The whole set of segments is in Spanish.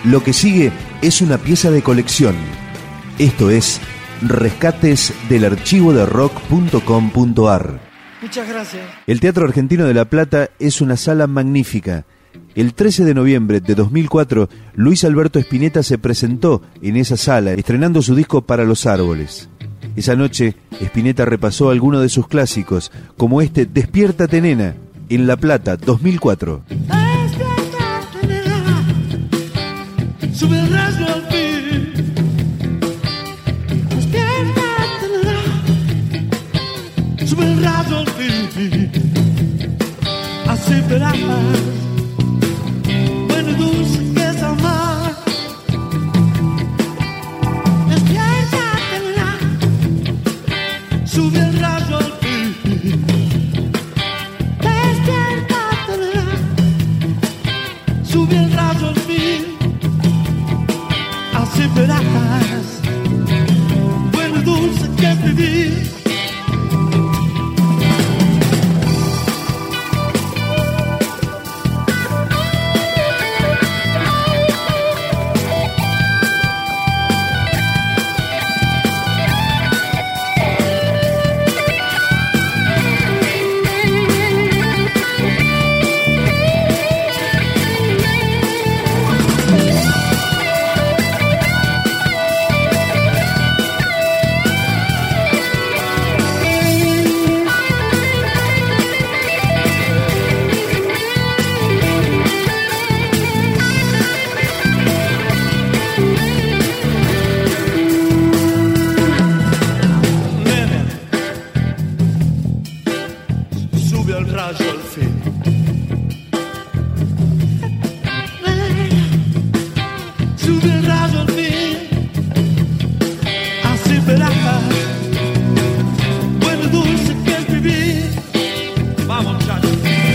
Lo que sigue es una pieza de colección. Esto es Rescates del archivo de rock.com.ar. Muchas gracias. El Teatro Argentino de La Plata es una sala magnífica. El 13 de noviembre de 2004, Luis Alberto Spinetta se presentó en esa sala, estrenando su disco Para los Árboles. Esa noche, Spinetta repasó algunos de sus clásicos, como este Despiértate Nena, en La Plata, 2004. Despiértate, nena, sube el rayo al fin. Despiértate, nena, sube el rayo al fin. Así verás bueno y dulce que es amar. Despiértate, nena, sube el rayo al fin. Despiértate, nena, sube el rayo al fin. Así verás bueno y dulce que es vivir. Sube al rayo al fin. Sube el rayo al fin. Así verás bueno y dulce que es vivir. Vamos, muchachos.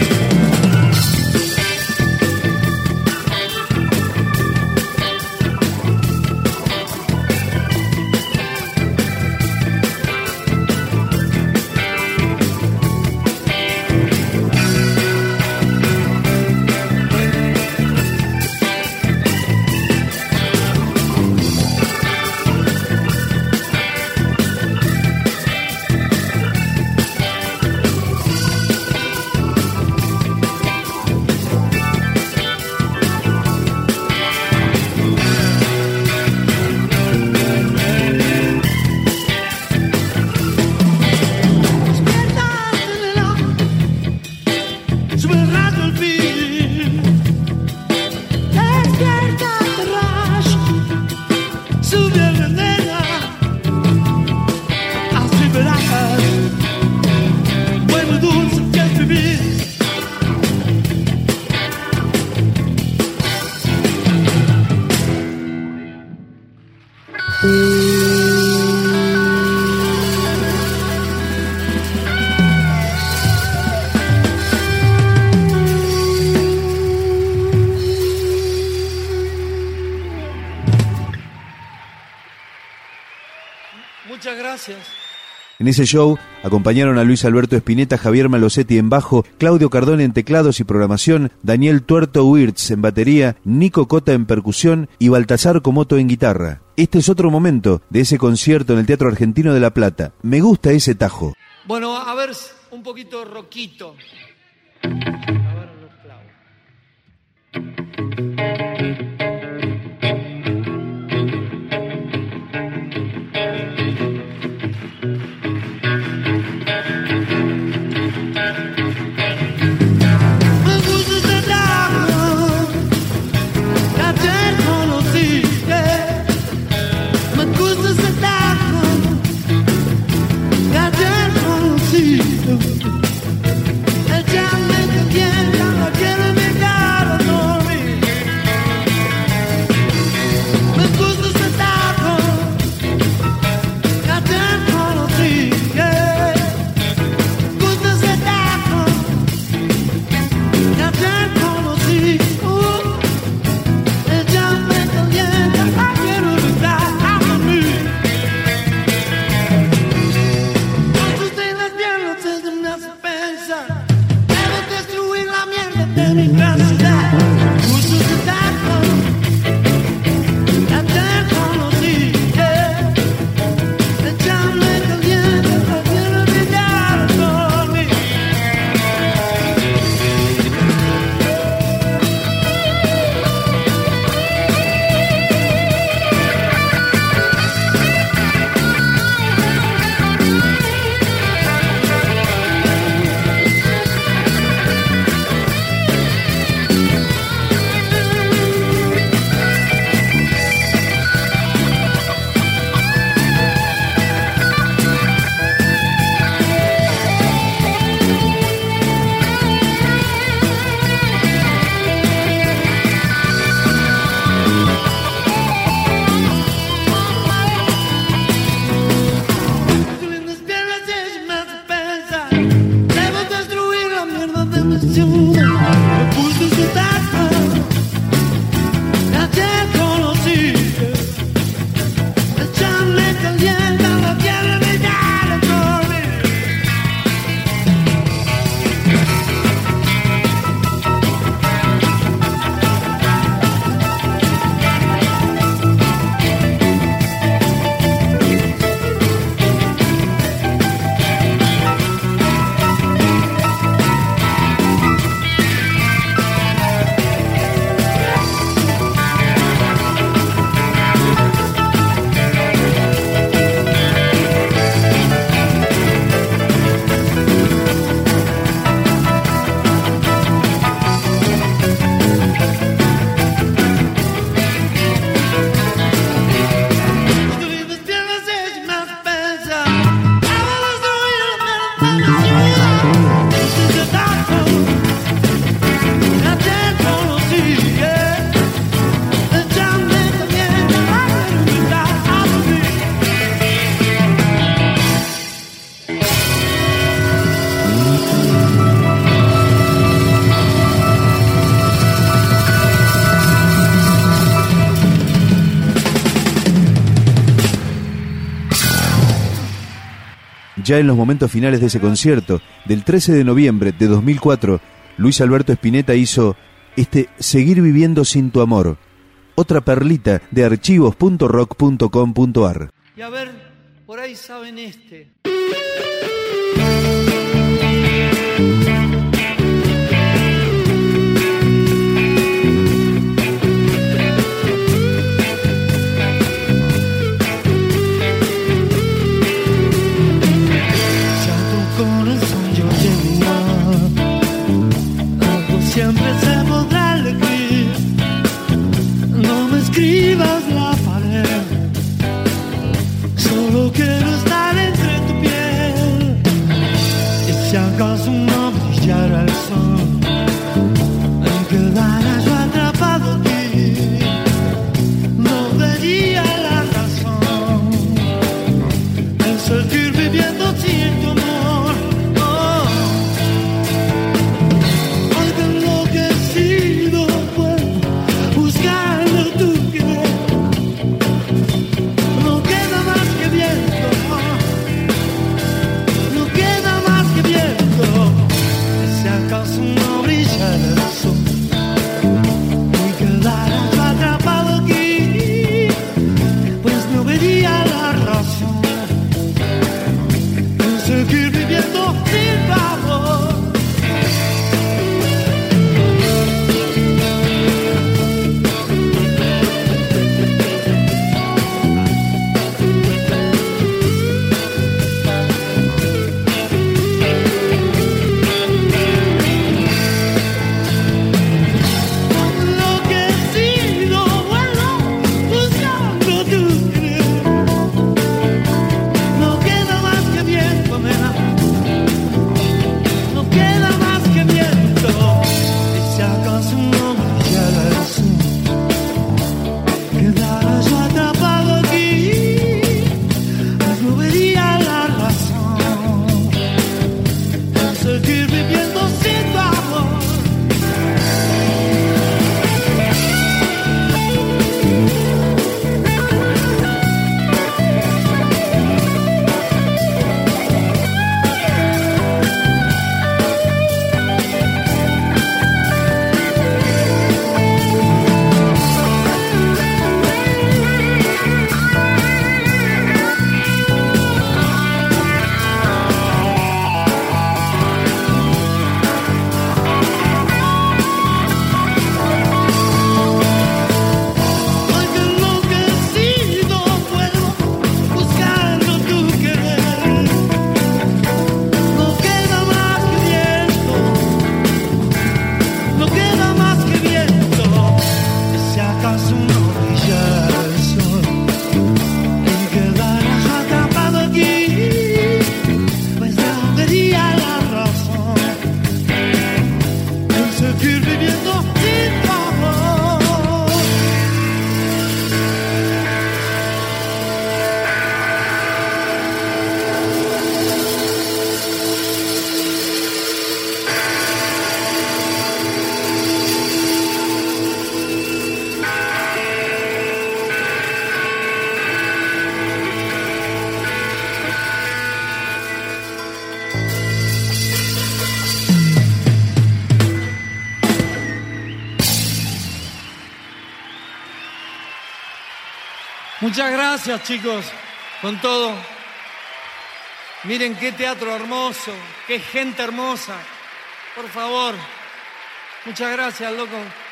Sube el rayo al fin. Despiértate, rayo. Sube la nena. Así verás bueno y dulce que es vivir. Muchas gracias. En ese show acompañaron a Luis Alberto Spinetta, Javier Malosetti en bajo, Claudio Cardone en teclados y programación, Daniel Tuerto Wirtz en batería, Nico Cota en percusión y Baltasar Comoto en guitarra. Este es otro momento de ese concierto en el Teatro Argentino de La Plata. Me gusta ese tajo. Bueno, a ver, un poquito rockito. A ver los clavos. El jam me conviene. Ya en los momentos finales de ese concierto, del 13 de noviembre de 2004, Luis Alberto Spinetta hizo este Seguir viviendo sin tu amor, otra perlita de archivos.rock.com.ar. Y a ver, por ahí saben este. Siempre se podrá elegir. No me escribas la pared. Solo quiero estar entre tu piel. Y si acaso no brillara el sol, me quedara yo atrapado aquí. No vería la razón en seguir viviendo sin tu amor. Muchas gracias, chicos, con todo. Miren qué teatro hermoso, qué gente hermosa. Por favor, muchas gracias, loco.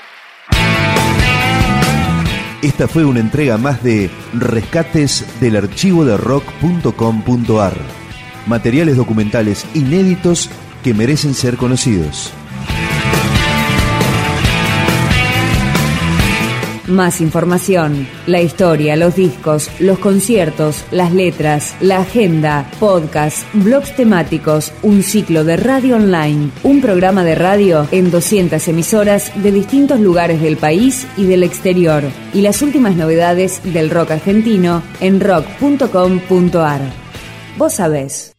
Esta fue una entrega más de Rescates del archivo de rock.com.ar. Materiales documentales inéditos que merecen ser conocidos. Más información, la historia, los discos, los conciertos, las letras, la agenda, podcast, blogs temáticos, un ciclo de radio online, un programa de radio en 200 emisoras de distintos lugares del país y del exterior, y las últimas novedades del rock argentino en rock.com.ar. Vos sabés.